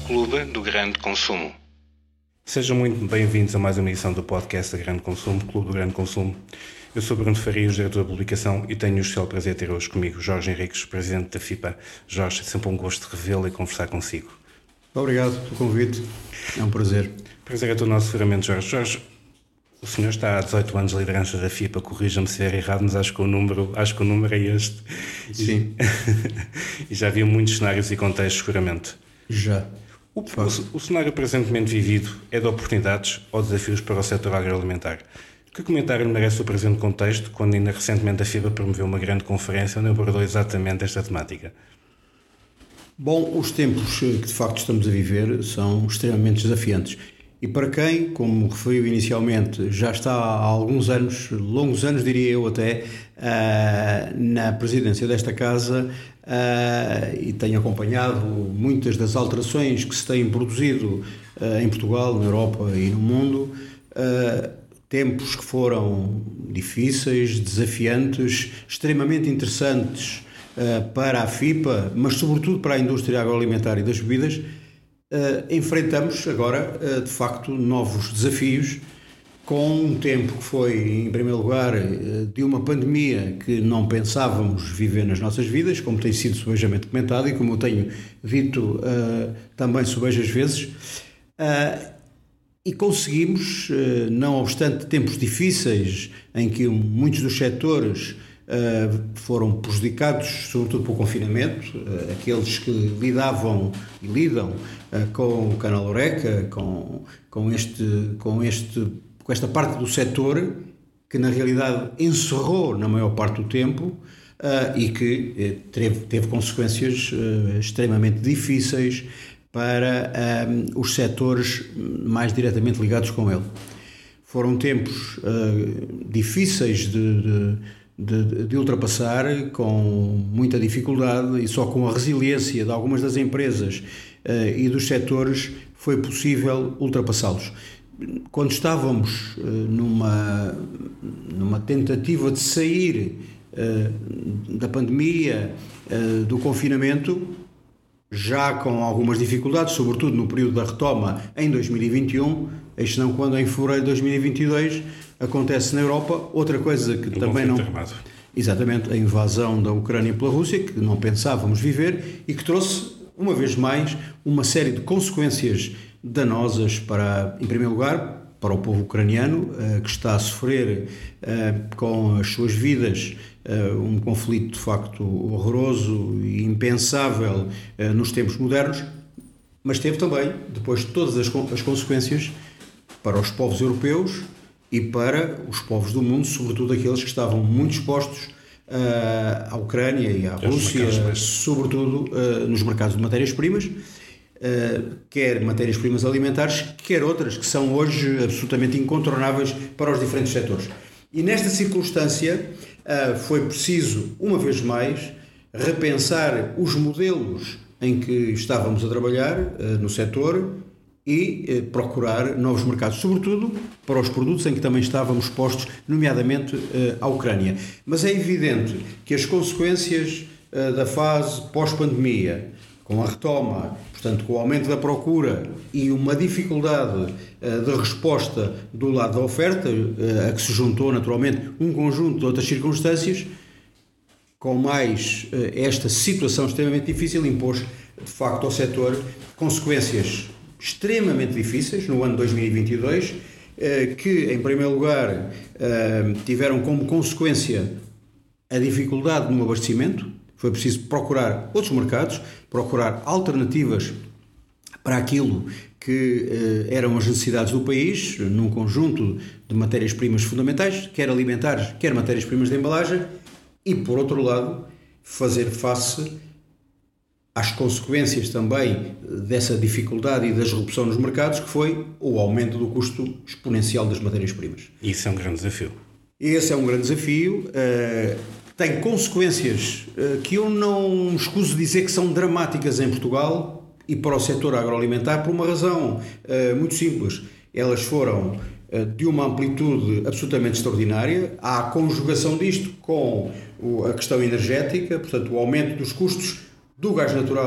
Clube do Grande Consumo. Sejam muito bem-vindos a mais uma edição do podcast da Grande Consumo, Clube do Grande Consumo. Eu sou Bruno Farias, diretor da publicação, e tenho o especial prazer de ter hoje comigo Jorge Henriques, presidente da FIPA. Jorge, é sempre um gosto de revê-lo e conversar consigo. Obrigado pelo convite, é um prazer. Prazer é todo nosso, seguramente, Jorge. Jorge, o senhor está há 18 anos de liderança da FIPA, corrija-me se estiver errado, mas acho que o número é este. Sim. E já havia muitos cenários e contextos, seguramente. Já. O cenário presentemente vivido é de oportunidades ou desafios para o setor agroalimentar? Que comentário merece o presente contexto, quando ainda recentemente a FIPA promoveu uma grande conferência onde abordou exatamente esta temática? Bom, os tempos que de facto estamos a viver são extremamente desafiantes. E para quem, como referiu inicialmente, já está há alguns anos, longos anos diria eu até, na presidência desta casa e tem acompanhado muitas das alterações que se têm produzido em Portugal, na Europa e no mundo, tempos que foram difíceis, desafiantes, extremamente interessantes para a FIPA, mas sobretudo para a indústria agroalimentar e das bebidas. Enfrentamos agora, de facto, novos desafios, com um tempo que foi, em primeiro lugar, de uma pandemia que não pensávamos viver nas nossas vidas, como tem sido subejamente comentado e como eu tenho dito também subejas vezes, e conseguimos, não obstante tempos difíceis em que muitos dos setores foram prejudicados, sobretudo pelo confinamento, aqueles que lidavam e lidam com o canal Horeca, com esta parte do setor que na realidade encerrou na maior parte do tempo e que teve consequências extremamente difíceis para os setores mais diretamente ligados com ele. Foram tempos difíceis de ultrapassar, com muita dificuldade, e só com a resiliência de algumas das empresas e dos setores foi possível ultrapassá-los. Quando estávamos numa tentativa de sair da pandemia, do confinamento, já com algumas dificuldades, sobretudo no período da retoma em 2021, eis não quando em fevereiro de 2022 acontece na Europa outra coisa que também não... Armado. Exatamente, a invasão da Ucrânia pela Rússia, que não pensávamos viver e que trouxe, uma vez mais, uma série de consequências danosas para, em primeiro lugar, para o povo ucraniano, que está a sofrer com as suas vidas um conflito de facto horroroso e impensável nos tempos modernos, mas teve também, depois de todas as consequências, para os povos europeus e para os povos do mundo, sobretudo aqueles que estavam muito expostos à Ucrânia e à Rússia, sobretudo nos mercados de matérias-primas, quer matérias-primas alimentares, quer outras que são hoje absolutamente incontornáveis para os diferentes setores. E nesta circunstância foi preciso, uma vez mais, repensar os modelos em que estávamos a trabalhar no setor e procurar novos mercados, sobretudo para os produtos em que também estávamos expostos, nomeadamente à Ucrânia. Mas é evidente que as consequências da fase pós-pandemia, com a retoma, portanto, com o aumento da procura e uma dificuldade de resposta do lado da oferta, a que se juntou naturalmente um conjunto de outras circunstâncias, com mais esta situação extremamente difícil, impôs de facto ao setor consequências extremamente difíceis no ano 2022, que em primeiro lugar tiveram como consequência a dificuldade no abastecimento. Foi preciso procurar outros mercados, procurar alternativas para aquilo que eram as necessidades do país, num conjunto de matérias-primas fundamentais, quer alimentares, quer matérias-primas de embalagem, e, por outro lado, fazer face às consequências também dessa dificuldade e da disrupção nos mercados, que foi o aumento do custo exponencial das matérias-primas. Isso é um grande desafio. Esse é um grande desafio. Tem consequências que eu não me escuso de dizer que são dramáticas em Portugal e para o setor agroalimentar, por uma razão muito simples. Elas foram de uma amplitude absolutamente extraordinária. Há a conjugação disto com a questão energética, portanto, o aumento dos custos do gás natural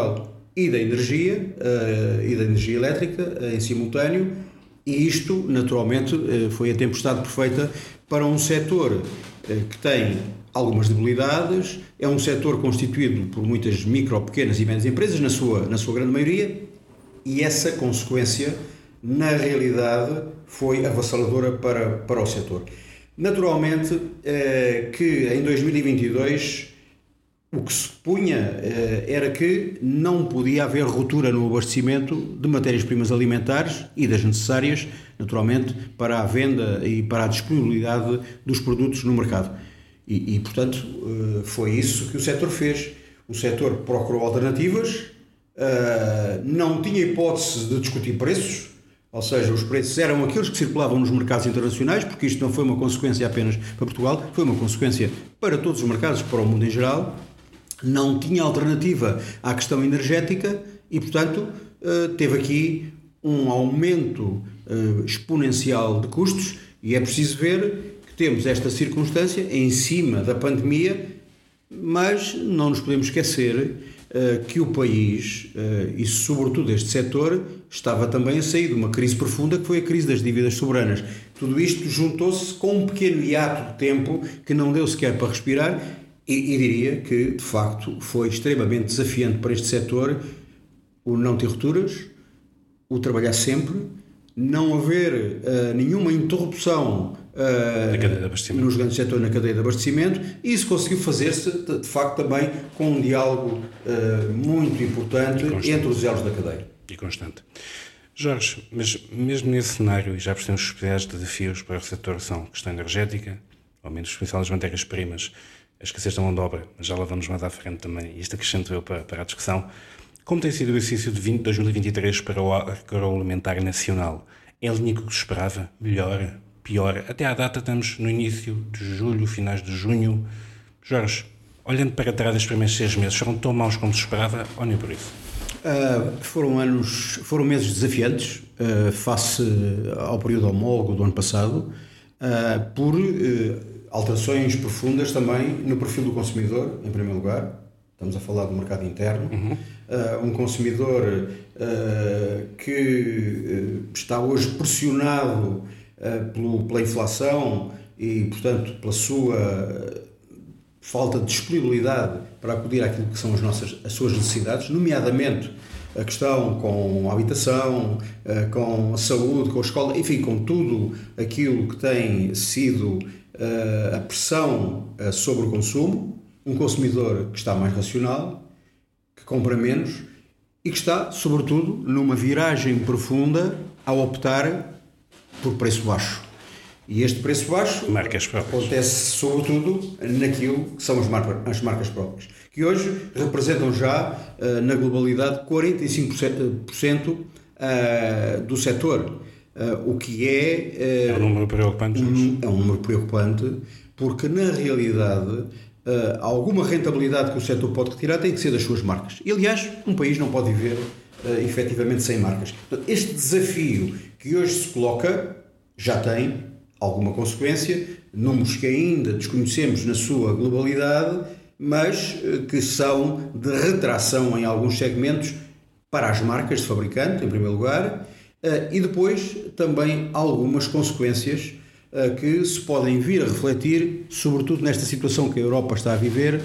e da energia elétrica em simultâneo, e isto naturalmente foi a tempestade perfeita para um setor que tem algumas debilidades, é um setor constituído por muitas micro, pequenas e médias empresas, na sua grande maioria, e essa consequência, na realidade, foi avassaladora para o setor. Naturalmente que em 2022 o que se punha era que não podia haver ruptura no abastecimento de matérias-primas alimentares e das necessárias, naturalmente, para a venda e para a disponibilidade dos produtos no mercado. E portanto, foi isso que o setor fez. O setor procurou alternativas, não tinha hipótese de discutir preços, ou seja, os preços eram aqueles que circulavam nos mercados internacionais, porque isto não foi uma consequência apenas para Portugal, foi uma consequência para todos os mercados, para o mundo em geral. Não tinha alternativa à questão energética e, portanto, teve aqui um aumento exponencial de custos, e é preciso ver que temos esta circunstância em cima da pandemia, mas não nos podemos esquecer que o país, e sobretudo este setor, estava também a sair de uma crise profunda, que foi a crise das dívidas soberanas. Tudo isto juntou-se com um pequeno hiato de tempo que não deu sequer para respirar, e diria que, de facto, foi extremamente desafiante para este setor o não ter rupturas, o trabalhar sempre, não haver nenhuma interrupção nos grandes setores na cadeia de abastecimento, e isso conseguiu fazer-se, de facto, também com um diálogo muito importante entre os elos da cadeia. E constante. Jorge, mas mesmo nesse cenário, e já percebemos os principais desafios para o setor são a questão energética, aumento especial das matérias-primas, a escassez da mão de obra, mas já lá vamos mais à frente também, e isto acrescento eu para a discussão. Como tem sido o exercício de 2023 para o agroalimentar nacional? É a linha que se esperava? Melhor? Pior? Até à data estamos no início de julho, finais de junho. Jorge, olhando para trás estes primeiros 6 meses, foram tão maus como se esperava ou nem por isso? Foram meses desafiantes face ao período homólogo do ano passado, por alterações profundas também no perfil do consumidor, em primeiro lugar. Estamos a falar do mercado interno. Um consumidor que está hoje pressionado pela inflação e, portanto, pela sua falta de disponibilidade para acudir àquilo que são as suas necessidades, nomeadamente a questão com a habitação, com a saúde, com a escola, enfim, com tudo aquilo que tem sido a pressão sobre o consumo. Um consumidor que está mais racional, que compra menos e que está, sobretudo, numa viragem profunda ao optar por preço baixo. E este preço baixo acontece sobretudo naquilo que são as marcas próprias, que hoje representam já, na globalidade, 45% do setor, o que é um número preocupante. É um número preocupante, porque na realidade alguma rentabilidade que o setor pode retirar tem que ser das suas marcas. E, aliás, um país não pode viver efetivamente sem marcas. Portanto, este desafio que hoje se coloca já tem alguma consequência, números que ainda desconhecemos na sua globalidade, mas que são de retração em alguns segmentos para as marcas de fabricante, em primeiro lugar, e depois também algumas consequências que se podem vir a refletir, sobretudo nesta situação que a Europa está a viver,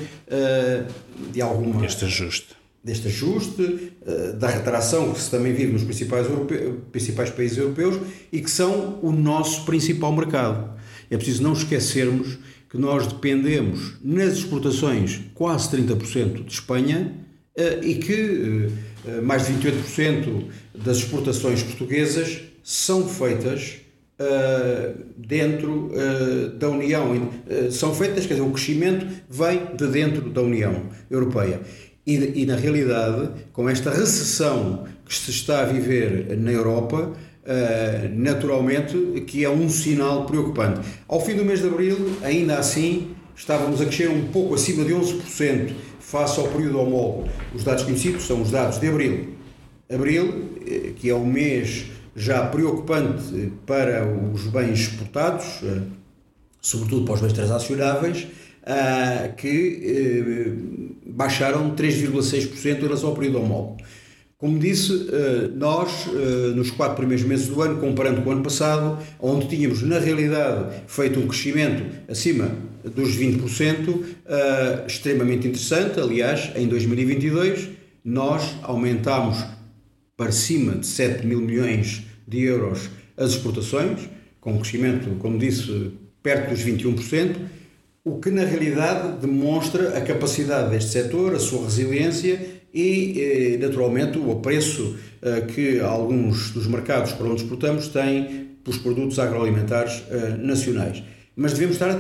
deste ajuste, da retração que se também vive nos principais países europeus e que são o nosso principal mercado. É preciso não esquecermos que nós dependemos nas exportações quase 30% de Espanha e que mais de 28% das exportações portuguesas são feitas dentro da União. São feitas, quer dizer, o crescimento vem de dentro da União Europeia. E na realidade, com esta recessão que se está a viver na Europa, naturalmente que é um sinal preocupante. Ao fim do mês de abril, ainda assim, estávamos a crescer um pouco acima de 11% face ao período homólogo. Os dados conhecidos são os dados de abril. Abril, que é um mês já preocupante para os bens exportados, sobretudo para os bens transacionáveis, que baixaram 3,6% em relação ao período homólogo. Como disse, nós, nos 4 primeiros meses do ano, comparando com o ano passado, onde tínhamos, na realidade, feito um crescimento acima dos 20%, extremamente interessante. Aliás, em 2022, nós aumentámos para cima de 7 mil milhões de euros as exportações, com um crescimento, como disse, perto dos 21%, o que, na realidade, demonstra a capacidade deste setor, a sua resiliência e, naturalmente, o apreço que alguns dos mercados para onde exportamos têm pelos produtos agroalimentares nacionais. Mas devemos estar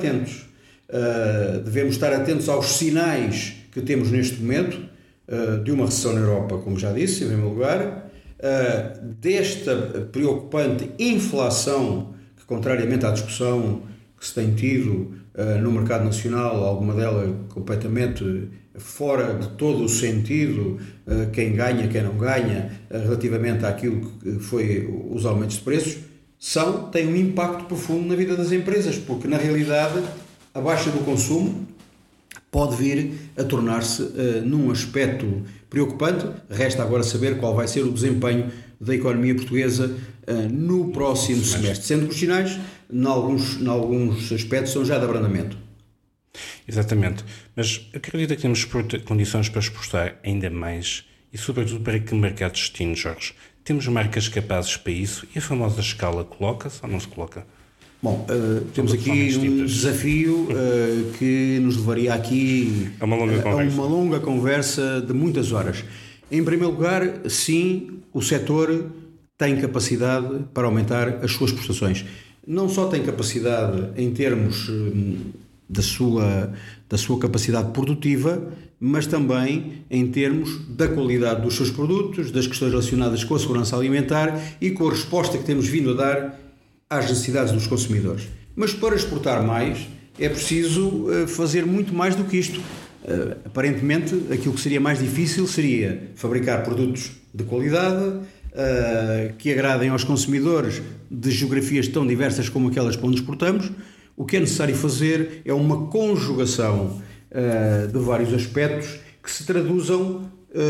atentos aos sinais que temos neste momento de uma recessão na Europa, como já disse, em primeiro lugar, desta preocupante inflação que, contrariamente à discussão que se tem tido no mercado nacional, alguma dela completamente fora de todo o sentido, quem ganha, quem não ganha, relativamente àquilo que foi os aumentos de preços, têm um impacto profundo na vida das empresas, porque na realidade a baixa do consumo pode vir a tornar-se num aspecto preocupante. Resta agora saber qual vai ser o desempenho da economia portuguesa no próximo semestre, sendo que os sinais, em alguns aspectos, são já de abrandamento. Exatamente, mas acredita que temos condições para exportar ainda mais e, sobretudo, para que mercado destino, Jorge? Temos marcas capazes para isso e a famosa escala coloca-se ou não se coloca? Bom, temos aqui um desafio que nos levaria aqui a uma longa conversa de muitas horas. Em primeiro lugar, sim, o setor tem capacidade para aumentar as suas prestações. Não só tem capacidade em termos da sua capacidade produtiva, mas também em termos da qualidade dos seus produtos, das questões relacionadas com a segurança alimentar e com a resposta que temos vindo a dar às necessidades dos consumidores. Mas para exportar mais é preciso fazer muito mais do que isto. Aparentemente, aquilo que seria mais difícil seria fabricar produtos de qualidade, que agradem aos consumidores de geografias tão diversas como aquelas para onde exportamos. O que é necessário fazer é uma conjugação de vários aspectos que se traduzam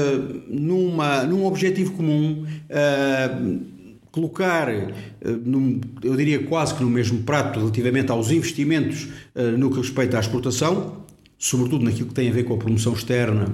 num objetivo comum, colocar, eu diria quase que no mesmo prato relativamente aos investimentos no que respeita à exportação, sobretudo naquilo que tem a ver com a promoção externa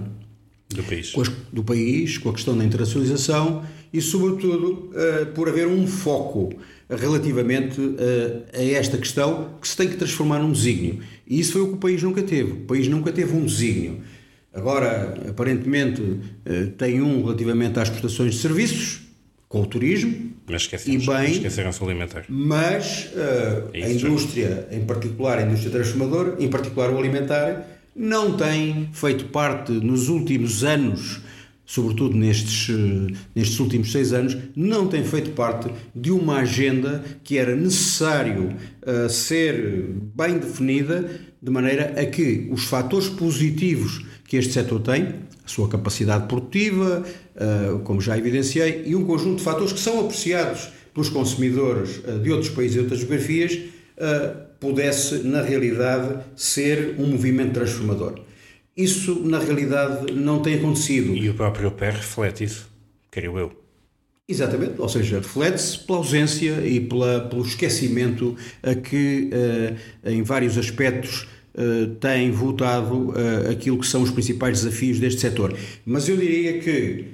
do país, com a questão da internacionalização e, sobretudo, por haver um foco relativamente a esta questão que se tem que transformar num desígnio. E isso foi o que o país nunca teve. O país nunca teve um desígnio. Agora, aparentemente, tem relativamente às prestações de serviços, com o turismo, mas esqueceram-se alimentar. Mas a indústria, em particular a indústria transformadora, em particular o alimentar, não tem feito parte nos últimos anos, sobretudo nestes últimos 6 anos, não tem feito parte de uma agenda que era necessário ser bem definida, de maneira a que os fatores positivos que este setor tem, a sua capacidade produtiva, como já evidenciei, e um conjunto de fatores que são apreciados pelos consumidores de outros países e outras geografias, pudesse, na realidade, ser um movimento transformador. Isso, na realidade, não tem acontecido. E o próprio PER reflete isso, creio eu. Exatamente, ou seja, reflete-se pela ausência e pelo esquecimento a que, em vários aspectos, tem voltado aquilo que são os principais desafios deste setor. Mas eu diria que,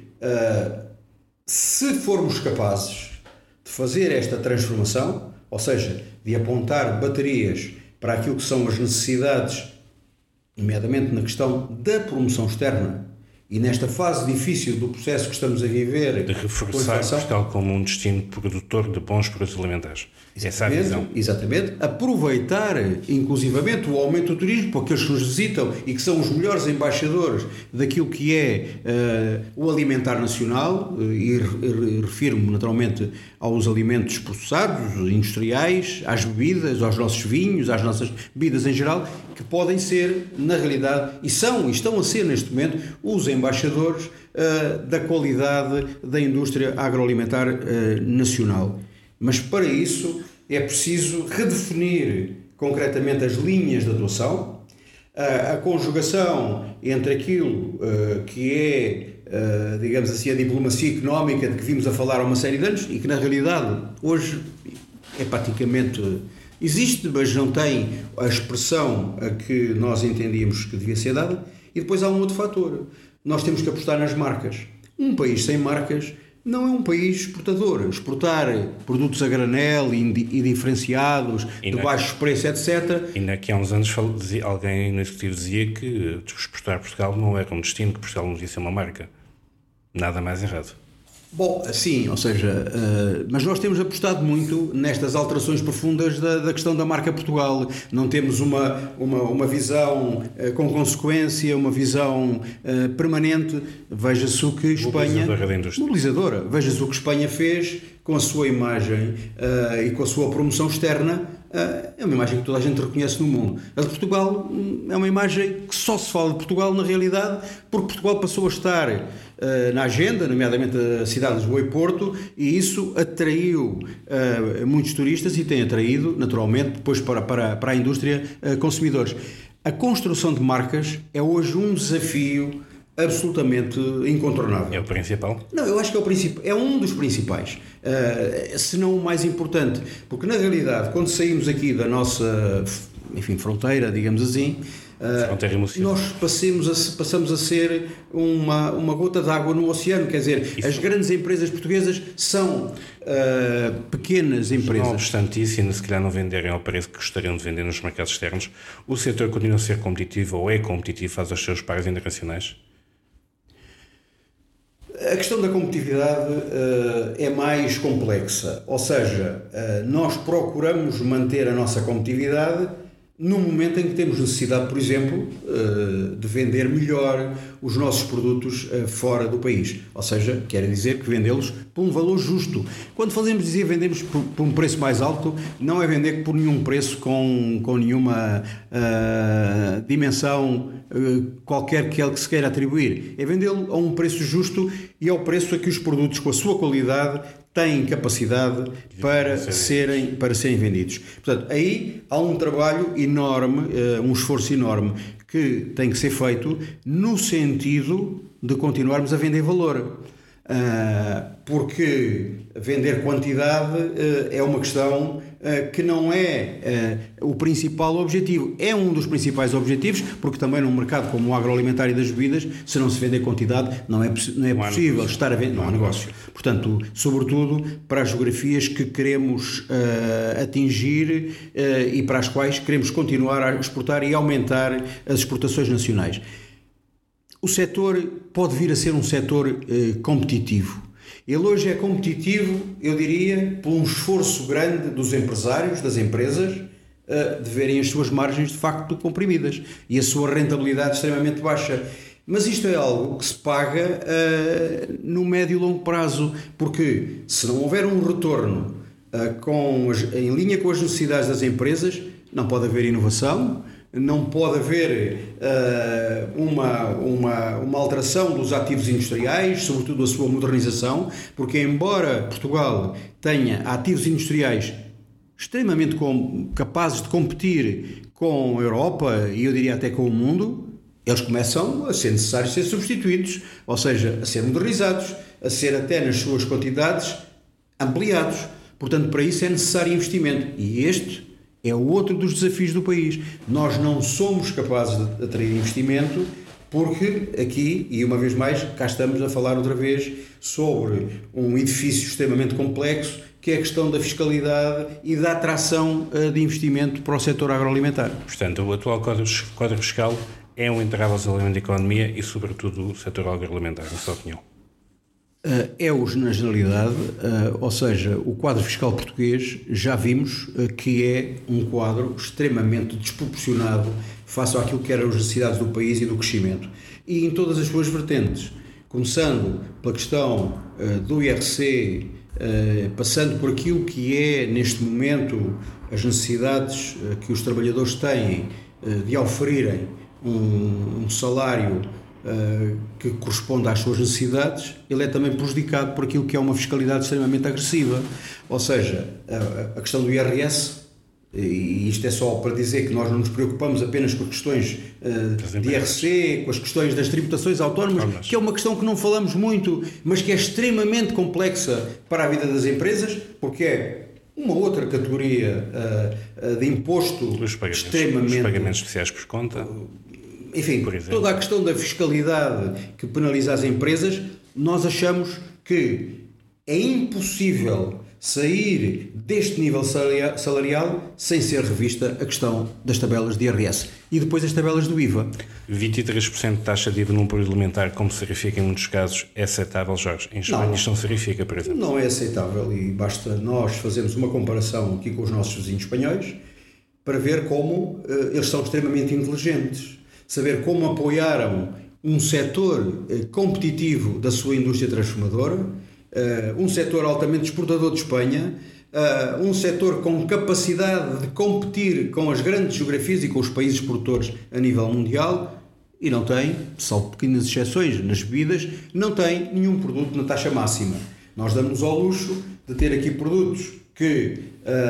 se formos capazes de fazer esta transformação, ou seja, de apontar baterias para aquilo que são as necessidades, nomeadamente na questão da promoção externa, e nesta fase difícil do processo que estamos a viver, de reforçar Portugal como um destino produtor de bons produtos alimentares. Essa é a visão. Exatamente. Aproveitar, inclusivamente, o aumento do turismo para aqueles que nos visitam e que são os melhores embaixadores daquilo que é o alimentar nacional, e refiro-me naturalmente aos alimentos processados, industriais, às bebidas, aos nossos vinhos, às nossas bebidas em geral, que podem ser, na realidade, e estão a ser neste momento, os embaixadores da qualidade da indústria agroalimentar nacional. Mas para isso é preciso redefinir concretamente as linhas de atuação, A conjugação entre aquilo que é, digamos assim, a diplomacia económica de que vimos a falar há uma série de anos e que na realidade hoje é praticamente existe, mas não tem a expressão a que nós entendíamos que devia ser dada. E depois há um outro fator. Nós temos que apostar nas marcas. Um país sem marcas não é um país exportador. Exportar produtos a granel e diferenciados, de baixos preços, etc. Ainda que há uns anos alguém no Executivo dizia que exportar Portugal não era um destino, que Portugal não devia ser uma marca. Nada mais errado. Bom, sim, ou seja, mas nós temos apostado muito nestas alterações profundas da questão da marca Portugal. Não temos uma visão com consequência, uma visão permanente. Veja-se o que Espanha... Mobilizadora. Veja-se o que Espanha fez com a sua imagem e com a sua promoção externa. É uma imagem que toda a gente reconhece no mundo. A de Portugal é uma imagem que só se fala de Portugal na realidade porque Portugal passou a estar na agenda, nomeadamente a cidade de Lisboa e Porto, e isso atraiu muitos turistas e tem atraído, naturalmente, depois para a indústria, consumidores. A construção de marcas é hoje um desafio absolutamente incontornável. É o principal? Não, eu acho que é um dos principais, se não o mais importante, porque na realidade, quando saímos aqui da nossa, fronteira, digamos assim, nós passamos a ser uma gota de água no oceano, quer dizer, as grandes empresas portuguesas são pequenas empresas. Não obstante isso, e se calhar não venderem ao preço que gostariam de vender nos mercados externos, o setor continua a ser competitivo ou é competitivo face aos seus pares internacionais? A questão da competitividade é mais complexa, ou seja, nós procuramos manter a nossa competitividade no momento em que temos necessidade, por exemplo, de vender melhor os nossos produtos fora do país. Ou seja, quer dizer que vendê-los por um valor justo. Quando fazemos dizer vendemos por um preço mais alto, não é vender por nenhum preço com nenhuma dimensão qualquer que se queira atribuir. É vendê-lo a um preço justo e ao preço a que os produtos com a sua qualidade têm capacidade para serem vendidos. Portanto, aí há um trabalho enorme, um esforço enorme que tem que ser feito no sentido de continuarmos a vender valor. Porque vender quantidade é uma questão que não é o principal objetivo. É um dos principais objetivos, porque também num mercado como o agroalimentar e das bebidas, se não se vender quantidade, não é possível estar a vender, não há negócio. Portanto, sobretudo para as geografias que queremos atingir e para as quais queremos continuar a exportar e aumentar as exportações nacionais. O setor pode vir a ser um setor competitivo. Ele hoje é competitivo, eu diria, por um esforço grande dos empresários, das empresas, de verem as suas margens de facto comprimidas e a sua rentabilidade extremamente baixa. Mas isto é algo que se paga no médio e longo prazo, porque se não houver um retorno em linha com as necessidades das empresas, não pode haver inovação, não pode haver uma alteração dos ativos industriais, sobretudo a sua modernização, porque embora Portugal tenha ativos industriais extremamente capazes de competir com a Europa e eu diria até com o mundo, eles começam a ser necessários ser substituídos, ou seja, a ser modernizados, a ser até nas suas quantidades ampliados. Portanto, para isso é necessário investimento e este é o outro dos desafios do país. Nós não somos capazes de atrair investimento porque aqui, e uma vez mais, cá estamos a falar outra vez sobre um edifício extremamente complexo que é a questão da fiscalidade e da atração de investimento para o setor agroalimentar. Portanto, o atual Código Fiscal é um entrave ao desenvolvimento da economia e, sobretudo, do setor agroalimentar, na sua opinião? É-os na generalidade, ou seja, o quadro fiscal português já vimos que é um quadro extremamente desproporcionado face àquilo que eram as necessidades do país e do crescimento. E em todas as suas vertentes, começando pela questão do IRC, passando por aquilo que é neste momento as necessidades que os trabalhadores têm de oferirem um salário que corresponde às suas necessidades, ele é também prejudicado por aquilo que é uma fiscalidade extremamente agressiva. Ou seja, a questão do IRS e isto é só para dizer que nós não nos preocupamos apenas com as questões de IRC, com as questões das tributações autónomas, que é uma questão que não falamos muito, mas que é extremamente complexa para a vida das empresas, porque é uma outra categoria de imposto extremamente... Os pagamentos especiais por conta. Enfim, toda a questão da fiscalidade que penaliza as empresas, nós achamos que é impossível sair deste nível salarial sem ser revista a questão das tabelas de IRS e depois as tabelas do IVA. 23% de taxa de IVA num produto alimentar, como se verifica em muitos casos, é aceitável, Jorge? Em Espanha isto não se verifica, por exemplo. Não é aceitável e basta nós fazermos uma comparação aqui com os nossos vizinhos espanhóis para ver como eles são extremamente inteligentes, saber como apoiaram um setor competitivo da sua indústria transformadora, um setor altamente exportador de Espanha, um setor com capacidade de competir com as grandes geografias e com os países produtores a nível mundial, e não tem, salvo pequenas exceções nas bebidas, não tem nenhum produto na taxa máxima. Nós damos ao luxo de ter aqui produtos que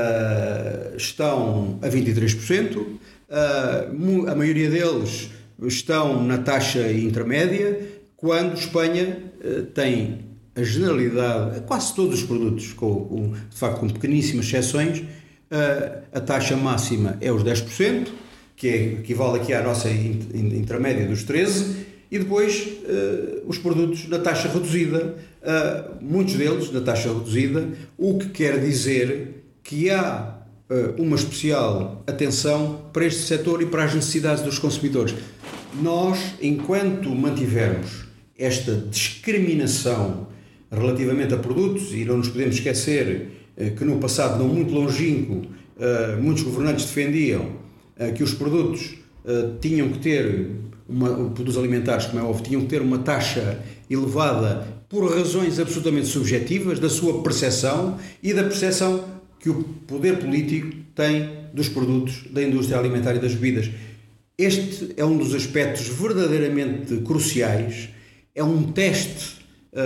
estão a 23%, a maioria deles estão na taxa intermédia, quando Espanha tem a generalidade, quase todos os produtos, de facto com pequeníssimas exceções, a taxa máxima é os 10%, que equivale aqui à nossa intermédia dos 13%, e depois os produtos na taxa reduzida, muitos deles na taxa reduzida, o que quer dizer que há uma especial atenção para este setor e para as necessidades dos consumidores. Nós, enquanto mantivermos esta discriminação relativamente a produtos, e não nos podemos esquecer que no passado não muito longínquo muitos governantes defendiam que os produtos tinham que ter, produtos alimentares, como é óbvio, tinham que ter uma taxa elevada por razões absolutamente subjetivas da sua percepção e da percepção que o poder político tem dos produtos da indústria alimentar e das bebidas. Este é um dos aspectos verdadeiramente cruciais, é um teste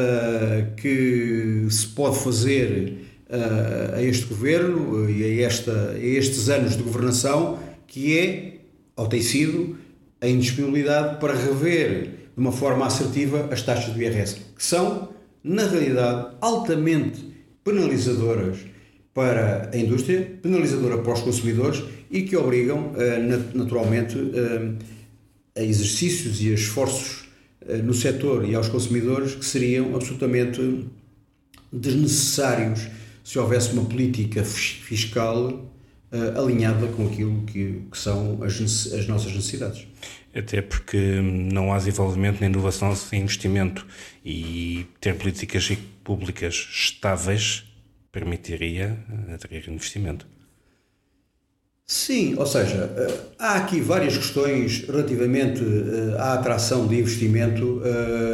que se pode fazer a este governo e a estes anos de governação, que é, ou tem sido, a indisponibilidade para rever de uma forma assertiva as taxas do IRS, que são, na realidade, altamente penalizadoras para a indústria, penalizadora para os consumidores e que obrigam, naturalmente, a exercícios e a esforços no setor e aos consumidores que seriam absolutamente desnecessários se houvesse uma política fiscal alinhada com aquilo que são as nossas necessidades. Até porque não há desenvolvimento nem inovação sem investimento, e ter políticas públicas estáveis permitiria atrair investimento. Sim, ou seja, há aqui várias questões relativamente à atração de investimento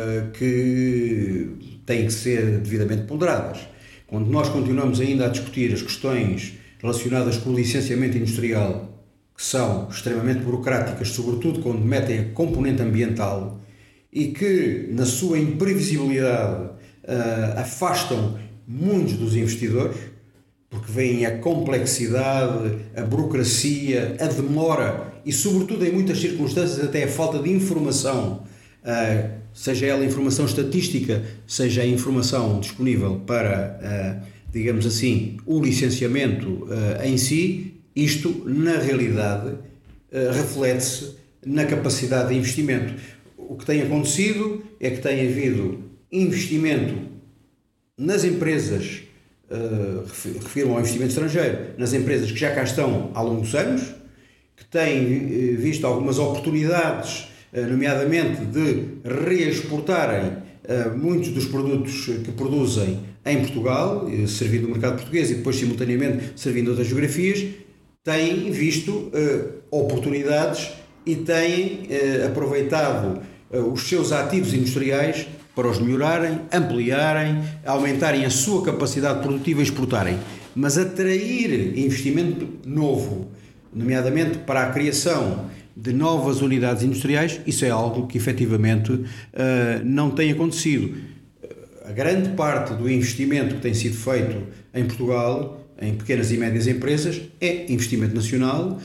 que têm que ser devidamente ponderadas. Quando nós continuamos ainda a discutir as questões relacionadas com o licenciamento industrial, que são extremamente burocráticas, sobretudo quando metem a componente ambiental, e que, na sua imprevisibilidade, afastam muitos dos investidores, porque vem a complexidade, a burocracia, a demora e, sobretudo, em muitas circunstâncias, até a falta de informação, seja ela informação estatística, seja a informação disponível para, digamos assim, o licenciamento em si. Isto, na realidade, reflete-se na capacidade de investimento. O que tem acontecido é que tem havido investimento nas empresas, refiro ao investimento estrangeiro, nas empresas que já cá estão há longos anos, que têm visto algumas oportunidades, nomeadamente de reexportarem muitos dos produtos que produzem em Portugal, servindo o mercado português e depois simultaneamente servindo outras geografias, têm visto oportunidades e têm aproveitado os seus ativos industriais para os melhorarem, ampliarem, aumentarem a sua capacidade produtiva e exportarem. Mas atrair investimento novo, nomeadamente para a criação de novas unidades industriais, isso é algo que efetivamente não tem acontecido. A grande parte do investimento que tem sido feito em Portugal em pequenas e médias empresas é investimento nacional.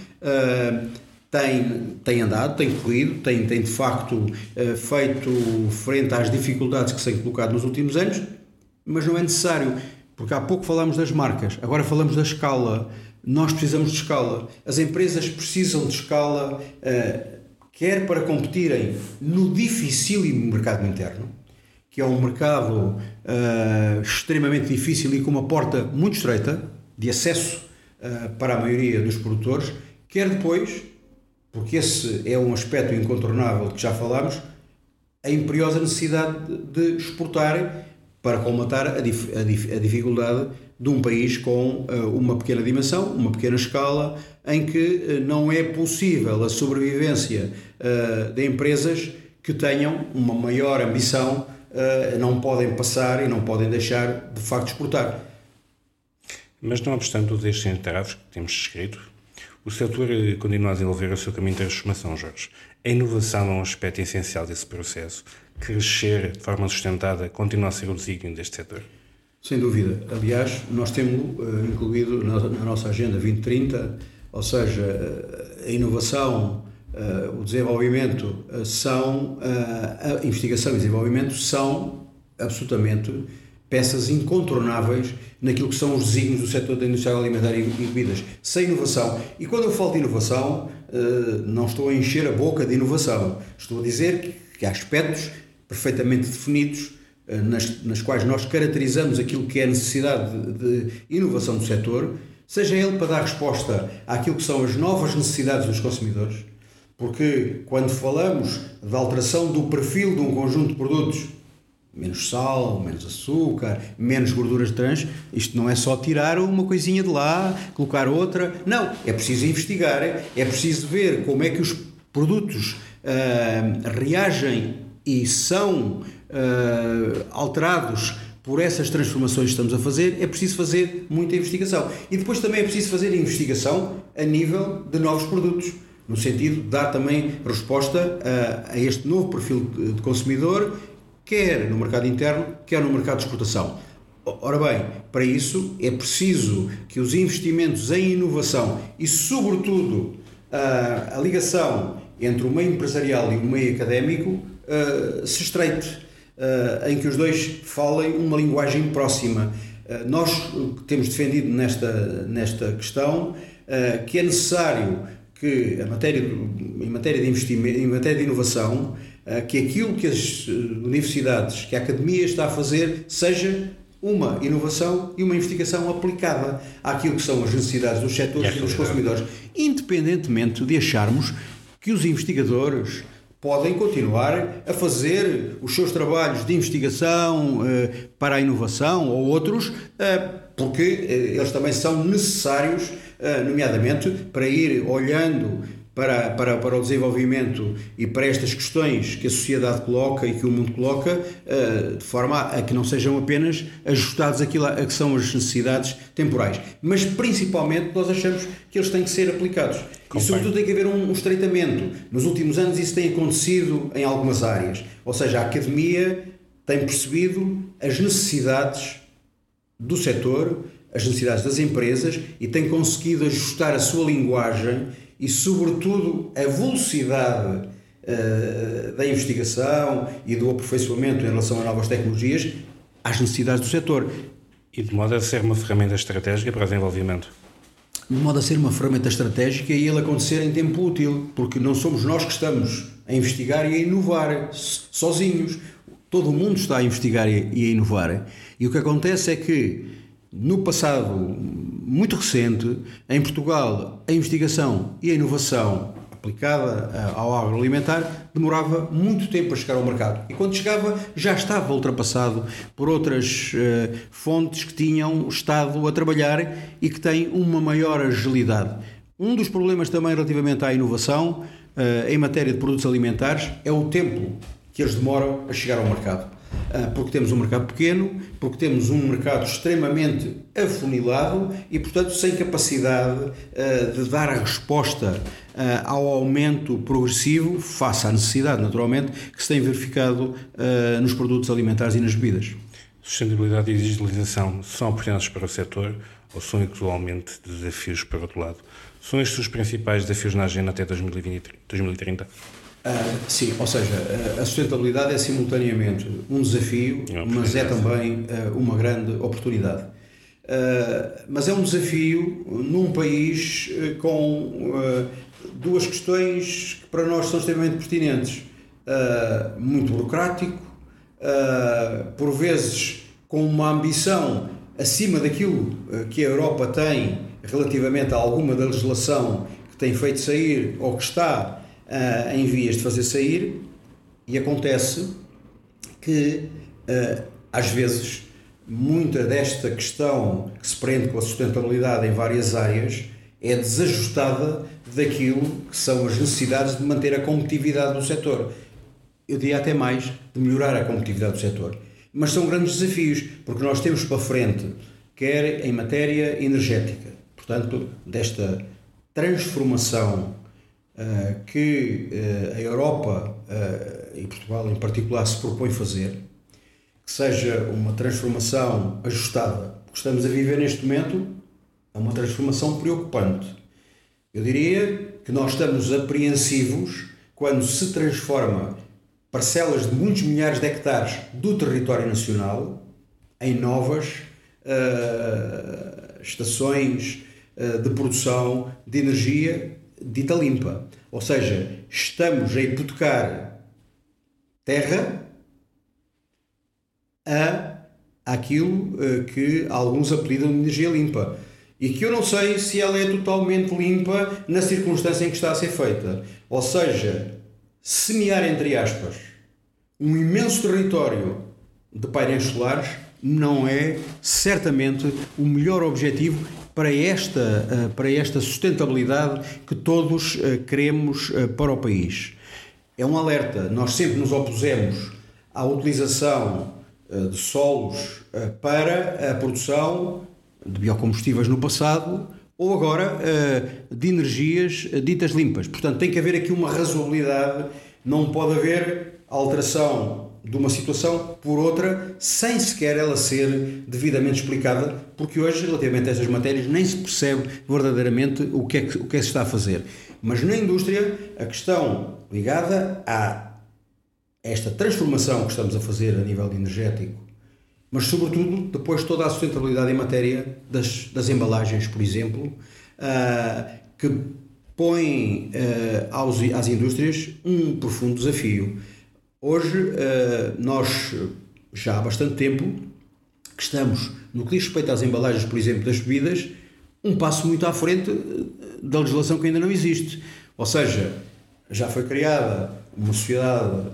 Tem andado, tem corrido, tem de facto feito frente às dificuldades que se têm colocado nos últimos anos, mas não é necessário, porque há pouco falámos das marcas, agora falamos da escala. Nós precisamos de escala, as empresas precisam de escala, quer para competirem no dificílimo mercado interno, que é um mercado extremamente difícil e com uma porta muito estreita de acesso para a maioria dos produtores, quer depois, porque esse é um aspecto incontornável que já falámos, a imperiosa necessidade de exportar para colmatar a dificuldade de um país com uma pequena dimensão, uma pequena escala, em que não é possível a sobrevivência de empresas que tenham uma maior ambição, não podem passar e não podem deixar de facto exportar. Mas não obstante destes entraves que temos descrito, o setor continua a desenvolver o seu caminho de transformação, Jorge. A inovação é um aspecto essencial desse processo. Crescer de forma sustentada continua a ser o desígnio deste setor? Sem dúvida. Aliás, nós temos incluído na nossa Agenda 2030, ou seja, a inovação, o desenvolvimento, a investigação e desenvolvimento são absolutamente peças incontornáveis naquilo que são os desígnios do setor da indústria alimentar e bebidas. Sem inovação, e quando eu falo de inovação, não estou a encher a boca de inovação, estou a dizer que há aspectos perfeitamente definidos nas quais nós caracterizamos aquilo que é a necessidade de inovação do setor, seja ele para dar resposta àquilo que são as novas necessidades dos consumidores, porque quando falamos da alteração do perfil de um conjunto de produtos, menos sal, menos açúcar, menos gorduras trans, isto não é só tirar uma coisinha de lá, colocar outra, não, é preciso investigar, é preciso ver como é que os produtos reagem e são alterados por essas transformações que estamos a fazer. É preciso fazer muita investigação e depois também é preciso fazer investigação a nível de novos produtos, no sentido de dar também resposta a este novo perfil de consumidor, quer no mercado interno, quer no mercado de exportação. Ora bem, para isso é preciso que os investimentos em inovação e, sobretudo, a ligação entre o meio empresarial e o meio académico se estreite, em que os dois falem uma linguagem próxima. Nós temos defendido nesta questão que é necessário que em matéria de investimento, em matéria de inovação, que aquilo que as universidades, que a academia está a fazer, seja uma inovação e uma investigação aplicada àquilo que são as necessidades dos setores e dos consumidores, independentemente de acharmos que os investigadores podem continuar a fazer os seus trabalhos de investigação para a inovação ou outros, porque eles também são necessários, nomeadamente para ir olhando para o desenvolvimento e para estas questões que a sociedade coloca e que o mundo coloca, de forma a que não sejam apenas ajustados àquilo a que são as necessidades temporais, mas principalmente nós achamos que eles têm que ser aplicados. E sobretudo tem que haver um estreitamento. Nos últimos anos isso tem acontecido em algumas áreas, ou seja, a academia tem percebido as necessidades do setor, as necessidades das empresas e tem conseguido ajustar a sua linguagem e, sobretudo, a velocidade da investigação e do aperfeiçoamento em relação a novas tecnologias às necessidades do setor. E de modo a ser uma ferramenta estratégica para o desenvolvimento. De modo a ser uma ferramenta estratégica e ele acontecer em tempo útil, porque não somos nós que estamos a investigar e a inovar sozinhos. Todo o mundo está a investigar e a inovar. E o que acontece é que, no passado muito recente, em Portugal, a investigação e a inovação aplicada ao agroalimentar demorava muito tempo a chegar ao mercado. E quando chegava, já estava ultrapassado por outras fontes que tinham estado a trabalhar e que têm uma maior agilidade. Um dos problemas também relativamente à inovação em matéria de produtos alimentares é o tempo que eles demoram a chegar ao mercado. Porque temos um mercado pequeno, porque temos um mercado extremamente afunilado e, portanto, sem capacidade de dar a resposta ao aumento progressivo, face à necessidade, naturalmente, que se tem verificado nos produtos alimentares e nas bebidas. Sustentabilidade e digitalização são oportunidades para o setor ou são igualmente desafios para o outro lado? São estes os principais desafios na agenda até 2030? Sim, ou seja, a sustentabilidade é simultaneamente um desafio, mas é também uma grande oportunidade. Mas é um desafio num país com duas questões que para nós são extremamente pertinentes. Muito burocrático, por vezes com uma ambição acima daquilo que a Europa tem relativamente a alguma da legislação que tem feito sair ou que está em vias de fazer sair, e acontece que às vezes muita desta questão que se prende com a sustentabilidade em várias áreas é desajustada daquilo que são as necessidades de manter a competitividade do setor. Eu diria até mais, de melhorar a competitividade do setor. Mas são grandes desafios, porque nós temos para frente, quer em matéria energética, portanto, desta transformação que a Europa e Portugal em particular se propõe fazer, que seja uma transformação ajustada, porque estamos a viver neste momento uma transformação preocupante. Eu diria que nós estamos apreensivos quando se transforma parcelas de muitos milhares de hectares do território nacional em novas estações de produção de energia dita limpa. Ou seja, estamos a hipotecar terra àquilo que alguns apelidam de energia limpa. E que eu não sei se ela é totalmente limpa na circunstância em que está a ser feita. Ou seja, semear, entre aspas, um imenso território de painéis solares não é certamente o melhor objetivo para esta sustentabilidade que todos queremos para o país. É um alerta. Nós sempre nos opusemos à utilização de solos para a produção de biocombustíveis no passado ou agora de energias ditas limpas. Portanto, tem que haver aqui uma razoabilidade, não pode haver alteração de uma situação por outra sem sequer ela ser devidamente explicada, porque hoje, relativamente a estas matérias, nem se percebe verdadeiramente o que é que se está a fazer. Mas na indústria, a questão ligada a esta transformação que estamos a fazer a nível energético, mas sobretudo depois toda a sustentabilidade em matéria das embalagens, por exemplo, que põe às indústrias um profundo desafio. Hoje, nós já há bastante tempo que estamos, no que diz respeito às embalagens, por exemplo, das bebidas, um passo muito à frente da legislação que ainda não existe. Ou seja, já foi criada uma sociedade,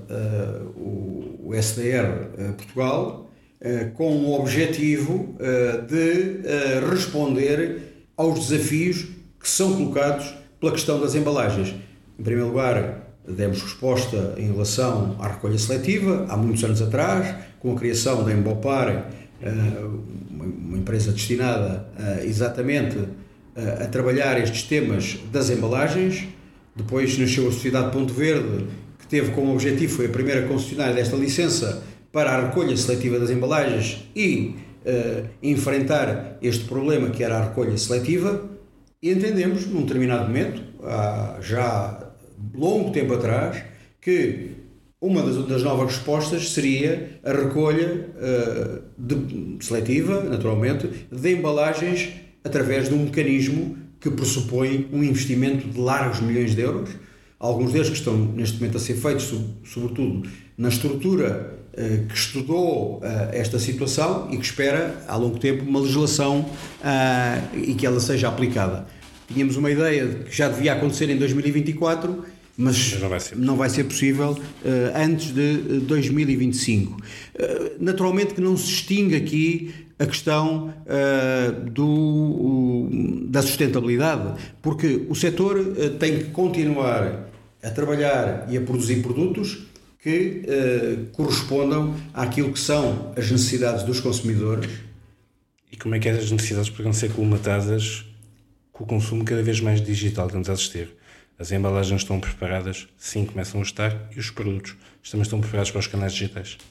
o SDR Portugal, com o objetivo de responder aos desafios que são colocados pela questão das embalagens. Em primeiro lugar, demos resposta em relação à recolha seletiva, há muitos anos atrás, com a criação da Embopar, uma empresa destinada exatamente a trabalhar estes temas das embalagens. Depois nasceu a Sociedade Ponto Verde, que teve como objetivo, foi a primeira concessionária desta licença para a recolha seletiva das embalagens e enfrentar este problema que era a recolha seletiva, e entendemos, num determinado momento, já longo tempo atrás, que uma das novas respostas seria a recolha seletiva, naturalmente, de embalagens através de um mecanismo que pressupõe um investimento de largos milhões de euros, alguns deles que estão neste momento a ser feitos, sobretudo na estrutura que estudou esta situação e que espera, há longo tempo, uma legislação e que ela seja aplicada. Tínhamos uma ideia de que já devia acontecer em 2024, mas não vai ser possível antes de 2025. Naturalmente que não se extingue aqui a questão da sustentabilidade, porque o setor tem que continuar a trabalhar e a produzir produtos que correspondam àquilo que são as necessidades dos consumidores. E como é que essas necessidades podem ser colmatadas com o consumo cada vez mais digital que estamos a assistir? As embalagens estão preparadas, sim, começam a estar, e os produtos também estão preparados para os canais digitais.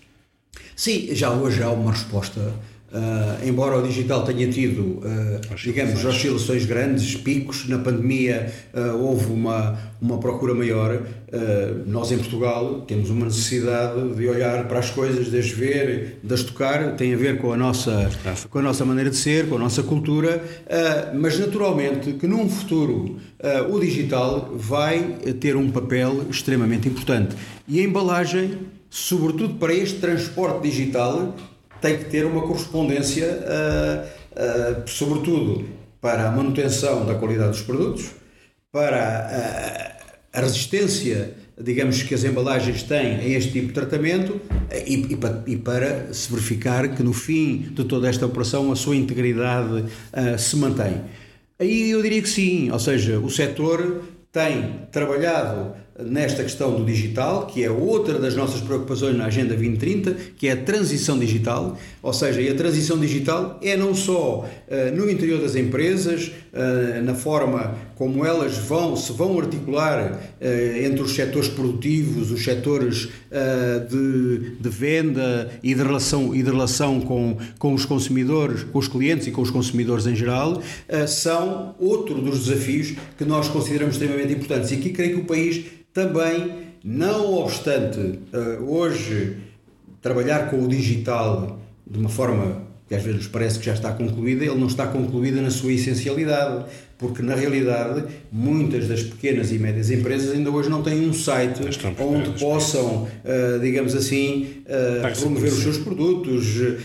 Sim, já hoje há uma resposta. Embora o digital tenha tido, digamos, oscilações grandes, picos, na pandemia houve uma procura maior. Nós em Portugal temos uma necessidade de olhar para as coisas, de as ver, de as tocar, tem a ver com a nossa maneira de ser, com a nossa cultura, mas naturalmente que num futuro o digital vai ter um papel extremamente importante. E a embalagem, sobretudo para este transporte digital, tem que ter uma correspondência, sobretudo para a manutenção da qualidade dos produtos, para a resistência, digamos, que as embalagens têm a este tipo de tratamento e para se verificar que no fim de toda esta operação a sua integridade se mantém. Aí eu diria que sim, ou seja, o setor tem trabalhado nesta questão do digital, que é outra das nossas preocupações na Agenda 2030, que é a transição digital, ou seja, e a transição digital é não só no interior das empresas, na forma como elas se vão articular entre os setores produtivos, os setores de venda e de relação com os consumidores, com os clientes e com os consumidores em geral, são outro dos desafios que nós consideramos extremamente importantes. E aqui creio que o país também, não obstante hoje trabalhar com o digital de uma forma que às vezes nos parece que já está concluída, ele não está concluída na sua essencialidade, porque na realidade muitas das pequenas e médias empresas ainda hoje não têm um site onde possam, digamos assim, promover os seus produtos,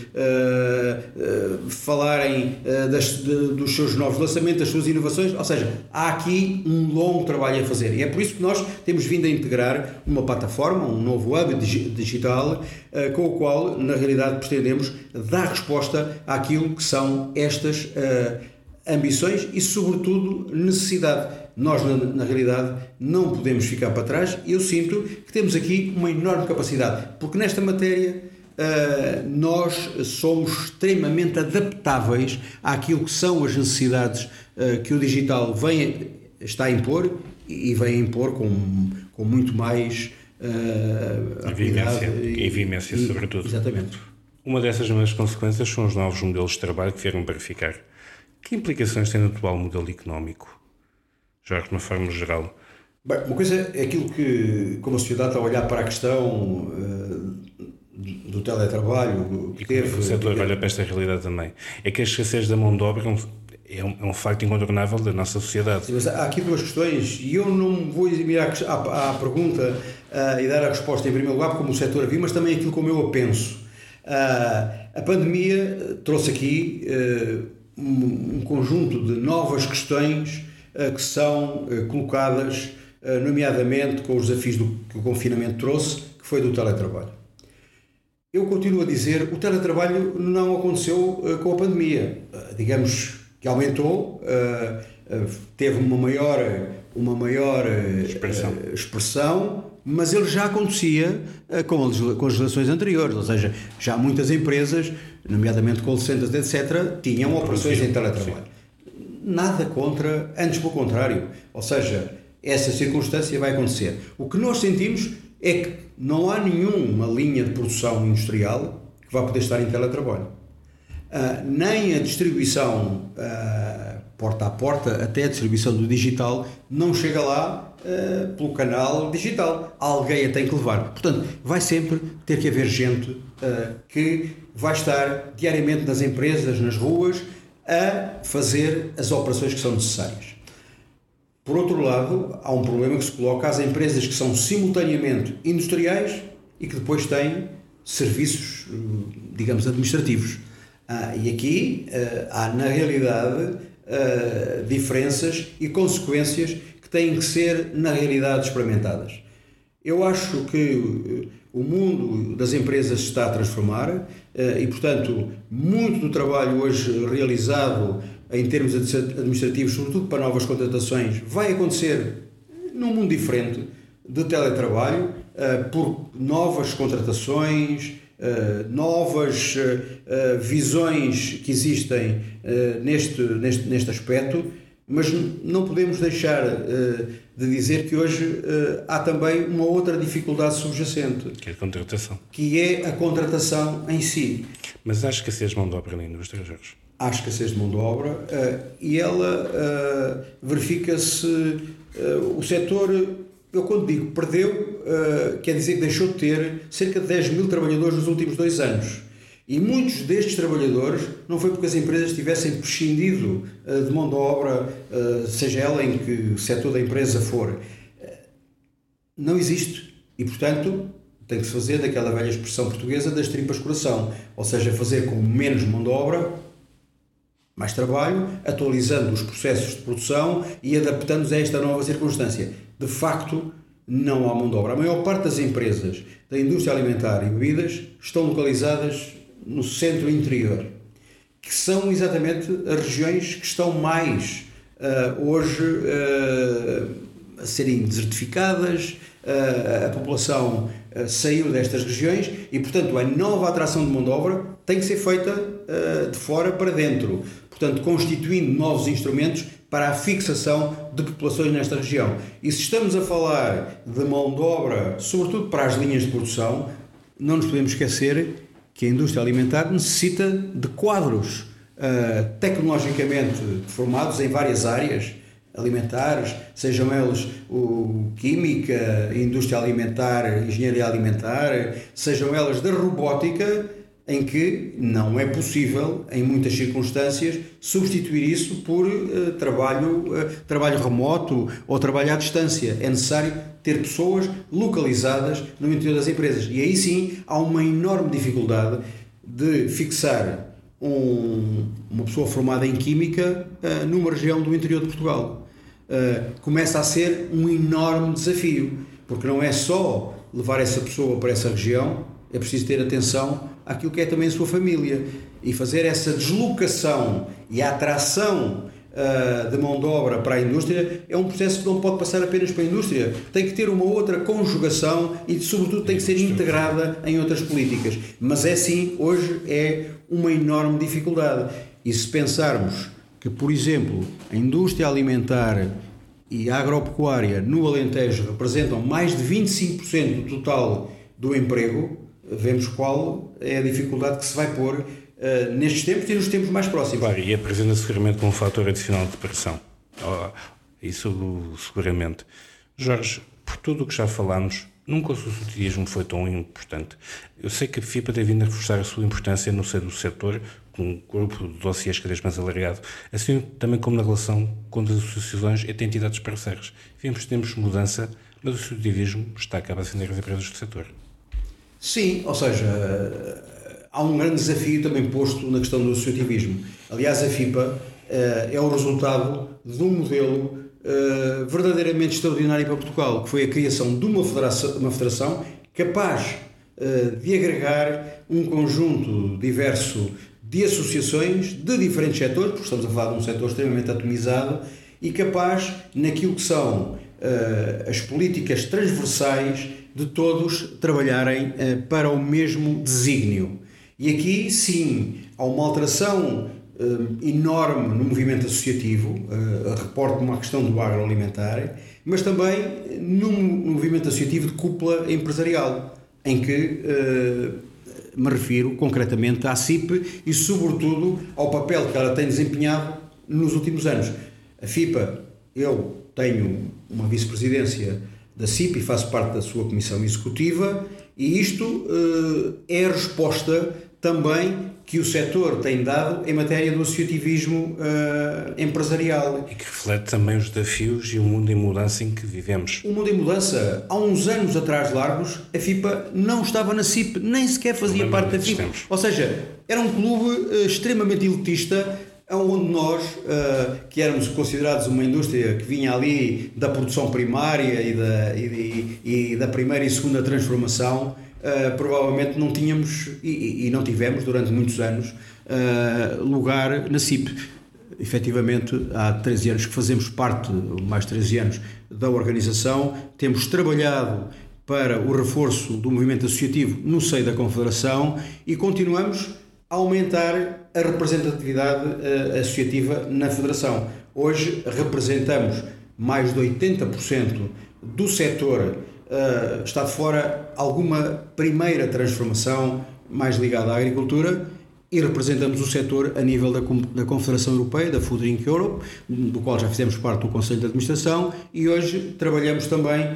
falarem dos seus novos lançamentos, das suas inovações, ou seja, há aqui um longo trabalho a fazer e é por isso que nós temos vindo a integrar uma plataforma, um novo hub digital, com o qual na realidade pretendemos dar resposta àquilo que são estas ambições e, sobretudo, necessidade. Nós, na realidade, não podemos ficar para trás e eu sinto que temos aqui uma enorme capacidade, porque nesta matéria nós somos extremamente adaptáveis àquilo que são as necessidades que o digital está a impor e vem a impor com muito mais vivência, sobretudo. Exatamente. Uma dessas consequências são os novos modelos de trabalho que vieram verificar. Que implicações tem o atual modelo económico? Já de uma forma geral. Bem, uma coisa é aquilo que, como a sociedade está a olhar para a questão do teletrabalho, que teve... O setor olha para esta realidade também. É que a escassez da mão de obra é um facto incontornável da nossa sociedade. Sim, mas há aqui duas questões e eu não vou eximir à pergunta e dar a resposta em primeiro lugar como o setor a viu, mas também aquilo como eu a penso. A pandemia trouxe aqui um conjunto de novas questões que são colocadas, nomeadamente com os desafios que o confinamento trouxe, que foi do teletrabalho. Eu continuo a dizer, o teletrabalho não aconteceu com a pandemia. Digamos que aumentou, teve uma maior expressão, mas ele já acontecia com as legislações anteriores, ou seja, já muitas empresas, nomeadamente call centers, etc., tinham operações em teletrabalho. Nada contra, antes pelo contrário, ou seja, essa circunstância vai acontecer. O que nós sentimos é que não há nenhuma linha de produção industrial que vá poder estar em teletrabalho. Nem a distribuição porta a porta, até a distribuição do digital, não chega lá pelo canal digital. Alguém a tem que levar. Portanto, vai sempre ter que haver gente que vai estar diariamente nas empresas, nas ruas, a fazer as operações que são necessárias. Por outro lado, há um problema que se coloca às empresas que são simultaneamente industriais e que depois têm serviços, digamos, administrativos. E aqui há, na realidade, diferenças e consequências que têm que ser, na realidade, experimentadas. Eu acho que o mundo das empresas se está a transformar e, portanto, muito do trabalho hoje realizado em termos administrativos, sobretudo para novas contratações, vai acontecer num mundo diferente de teletrabalho, por novas contratações, novas visões que existem neste aspecto, Mas não podemos deixar de dizer que hoje há também uma outra dificuldade subjacente. Que é a contratação. Que é a contratação em si. Mas há escassez de mão de obra na indústria, Jorge? Há escassez de mão de obra e ela verifica-se... o setor, eu quando digo perdeu, quer dizer que deixou de ter cerca de 10 mil trabalhadores nos últimos 2 anos. E muitos destes trabalhadores não foi porque as empresas tivessem prescindido de mão de obra, seja ela em que setor da empresa for. Não existe. E, portanto, tem que se fazer daquela velha expressão portuguesa das tripas coração. Ou seja, fazer com menos mão de obra, mais trabalho, atualizando os processos de produção e adaptando-nos a esta nova circunstância. De facto, não há mão de obra. A maior parte das empresas da indústria alimentar e bebidas estão localizadas no centro interior, que são exatamente as regiões que estão mais hoje a serem desertificadas, a população saiu destas regiões e, portanto, a nova atração de mão de obra tem que ser feita de fora para dentro, portanto, constituindo novos instrumentos para a fixação de populações nesta região. E se estamos a falar de mão de obra, sobretudo para as linhas de produção, não nos podemos esquecer que a indústria alimentar necessita de quadros tecnologicamente formados em várias áreas alimentares, sejam eles química, indústria alimentar, engenharia alimentar, sejam elas da robótica, em que não é possível, em muitas circunstâncias, substituir isso por trabalho remoto ou trabalho à distância. É necessário ter pessoas localizadas no interior das empresas. E aí sim há uma enorme dificuldade de fixar uma pessoa formada em Química numa região do interior de Portugal. Começa a ser um enorme desafio, porque não é só levar essa pessoa para essa região, é preciso ter atenção àquilo que é também a sua família e fazer essa deslocação e a atração de mão de obra para a indústria é um processo que não pode passar apenas para a indústria, tem que ter uma outra conjugação e sobretudo tem que ser integrada em outras políticas, mas é sim, hoje é uma enorme dificuldade. E se pensarmos que, por exemplo, a indústria alimentar e a agropecuária no Alentejo representam mais de 25% do total do emprego, vemos qual é a dificuldade que se vai pôr nestes tempos e nos tempos mais próximos. Claro, e apresenta-se seguramente como um fator adicional de pressão. Isso seguramente. Jorge, por tudo o que já falámos, nunca o subsidiarismo foi tão importante. Eu sei que a FIPA tem vindo a reforçar a sua importância no seio do setor, com um grupo de dossiês cada vez mais alargado, assim também como na relação com as associações e entidades parceiras. Vemos que temos mudança, mas o subsidiarismo está a acabar a acender as empresas do setor. Sim, ou seja, há um grande desafio também posto na questão do associativismo. Aliás, a FIPA é o resultado de um modelo verdadeiramente extraordinário para Portugal, que foi a criação de uma federação capaz de agregar um conjunto diverso de associações de diferentes setores, porque estamos a falar de um setor extremamente atomizado, e capaz, naquilo que são as políticas transversais, de todos trabalharem para o mesmo desígnio. E aqui, sim, há uma alteração enorme no movimento associativo, reporto-me à questão do agroalimentar, mas também num movimento associativo de cúpula empresarial, em que me refiro concretamente à CIP e, sobretudo, ao papel que ela tem desempenhado nos últimos anos. A FIPA, eu tenho uma vice-presidência da CIP e faço parte da sua comissão executiva, e isto é a resposta também que o setor tem dado em matéria do associativismo empresarial. E que reflete também os desafios e o mundo em mudança em que vivemos. O mundo em mudança. Há uns anos atrás largos, a FIPA não estava na CIP, nem sequer fazia parte da FIPA. Ou seja, era um clube extremamente elitista, onde nós, que éramos considerados uma indústria que vinha ali da produção primária e da primeira e segunda transformação, provavelmente não tínhamos e não tivemos durante muitos anos lugar na CIP. Efetivamente, há 13 anos que fazemos parte, mais 13 anos, da organização, temos trabalhado para o reforço do movimento associativo no seio da Confederação e continuamos aumentar a representatividade associativa na Federação. Hoje representamos mais de 80% do setor, está de fora alguma primeira transformação mais ligada à agricultura, e representamos o setor a nível da Confederação Europeia, da Food Drink Europe, do qual já fizemos parte do Conselho de Administração, e hoje trabalhamos também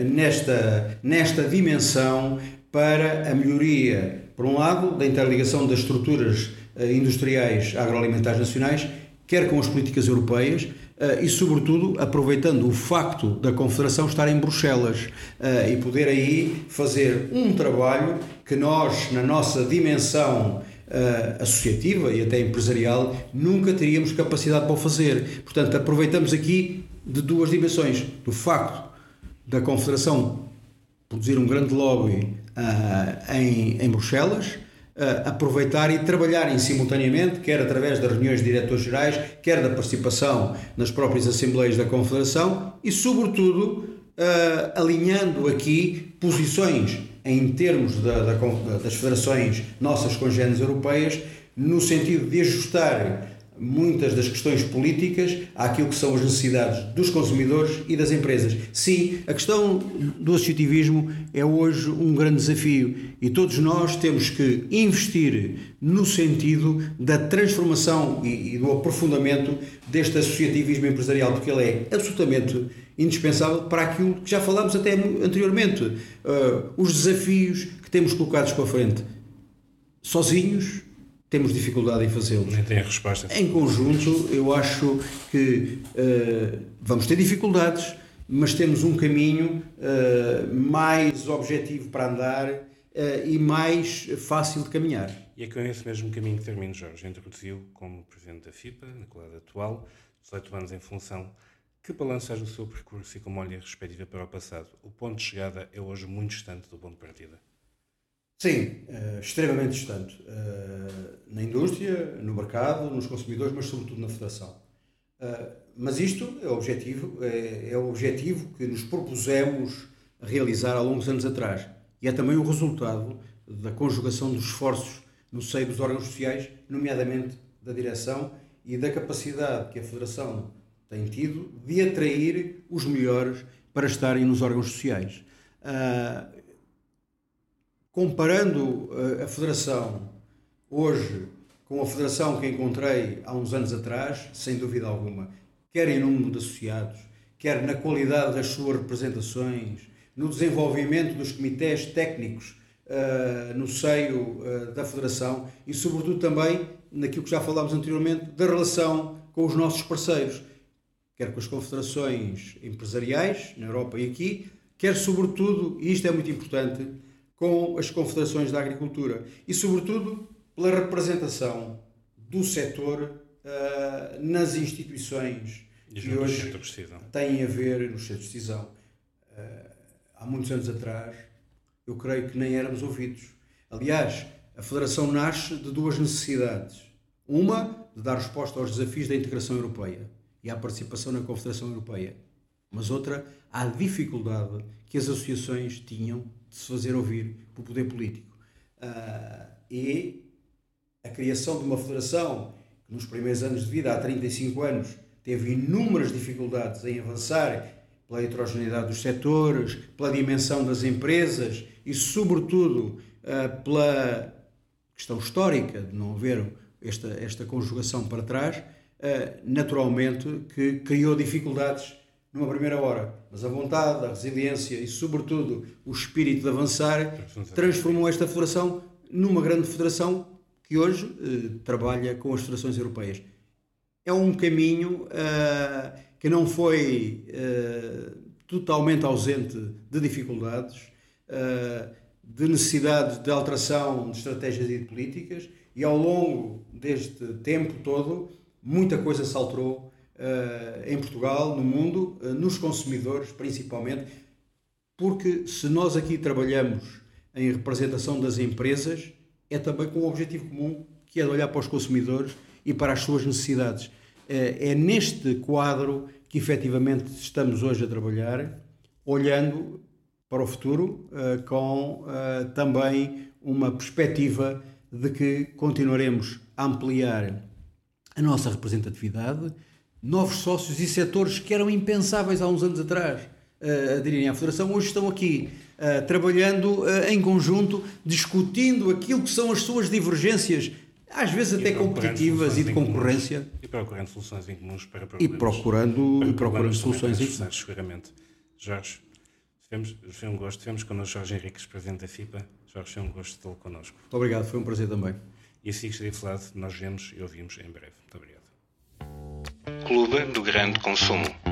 nesta dimensão para a melhoria, por um lado, da interligação das estruturas industriais agroalimentares nacionais, quer com as políticas europeias, e, sobretudo, aproveitando o facto da Confederação estar em Bruxelas e poder aí fazer um trabalho que nós, na nossa dimensão associativa e até empresarial, nunca teríamos capacidade para o fazer. Portanto, aproveitamos aqui de duas dimensões: do facto da Confederação produzir um grande lobby em Bruxelas, aproveitar e trabalharem simultaneamente, quer através das reuniões de diretores gerais, quer da participação nas próprias Assembleias da Confederação e, sobretudo, alinhando aqui posições em termos das federações nossas congêneres europeias, no sentido de ajustar muitas das questões políticas àquilo que são as necessidades dos consumidores e das empresas. Sim, a questão do associativismo é hoje um grande desafio e todos nós temos que investir no sentido da transformação e do aprofundamento deste associativismo empresarial, porque ele é absolutamente indispensável para aquilo que já falámos até anteriormente, os desafios que temos colocados pela frente. Sozinhos temos dificuldade em fazê-los. Nem tem a resposta. Em conjunto, eu acho que vamos ter dificuldades, mas temos um caminho mais objetivo para andar e mais fácil de caminhar. E é com esse mesmo caminho que termino, Jorge. Introduziu como Presidente da FIPA, na qualidade atual, 18 anos em função. Que balanço faz o seu percurso e como olha a perspectiva para o passado? O ponto de chegada é hoje muito distante do ponto de partida. Sim, extremamente distante. Na indústria, no mercado, nos consumidores, mas sobretudo na Federação. Mas isto é o objetivo que nos propusemos realizar há longos anos atrás. E é também o resultado da conjugação dos esforços no seio dos órgãos sociais, nomeadamente da direção, e da capacidade que a Federação tem tido de atrair os melhores para estarem nos órgãos sociais. Comparando a Federação hoje com a Federação que encontrei há uns anos atrás, sem dúvida alguma, quer em número de associados, quer na qualidade das suas representações, no desenvolvimento dos comitês técnicos no seio da Federação e, sobretudo, também naquilo que já falámos anteriormente, da relação com os nossos parceiros, quer com as confederações empresariais, na Europa e aqui, quer, sobretudo, e isto é muito importante, com as confederações da agricultura e, sobretudo, pela representação do setor nas instituições que hoje têm a ver nos centros de decisão. Há muitos anos atrás, eu creio que nem éramos ouvidos. Aliás, a Federação nasce de duas necessidades. Uma, de dar resposta aos desafios da integração europeia e à participação na Confederação Europeia. Mas outra, à dificuldade que as associações tinham de se fazer ouvir pelo poder político. E a criação de uma federação que nos primeiros anos de vida, há 35 anos, teve inúmeras dificuldades em avançar pela heterogeneidade dos setores, pela dimensão das empresas e, sobretudo, pela questão histórica de não haver esta conjugação para trás, naturalmente que criou dificuldades numa primeira hora, mas a vontade, a resiliência e, sobretudo, o espírito de avançar transformou esta federação numa grande federação que hoje trabalha com as federações europeias. É um caminho que não foi totalmente ausente de dificuldades, de necessidades de alteração de estratégias e de políticas, e ao longo deste tempo todo, muita coisa se alterou em Portugal, no mundo, nos consumidores principalmente, porque se nós aqui trabalhamos em representação das empresas, é também com um objetivo comum, que é de olhar para os consumidores e para as suas necessidades. É neste quadro que efetivamente estamos hoje a trabalhar, olhando para o futuro com também uma perspectiva de que continuaremos a ampliar a nossa representatividade, novos sócios e setores que eram impensáveis há uns anos atrás aderirem à Federação, hoje estão aqui trabalhando em conjunto, discutindo aquilo que são as suas divergências, às vezes até competitivas e de concorrência. E procurando soluções em comuns para problemas. E procurando soluções em comuns. Seguramente. Jorge, foi um gosto. Tivemos connosco Jorge Henriques, presidente da FIPA. Jorge, foi um gosto tê-lo connosco. Muito obrigado, foi um prazer também. E assim que estaria falado, nós vemos e ouvimos em breve. Muito obrigado. Clube do Grande Consumo.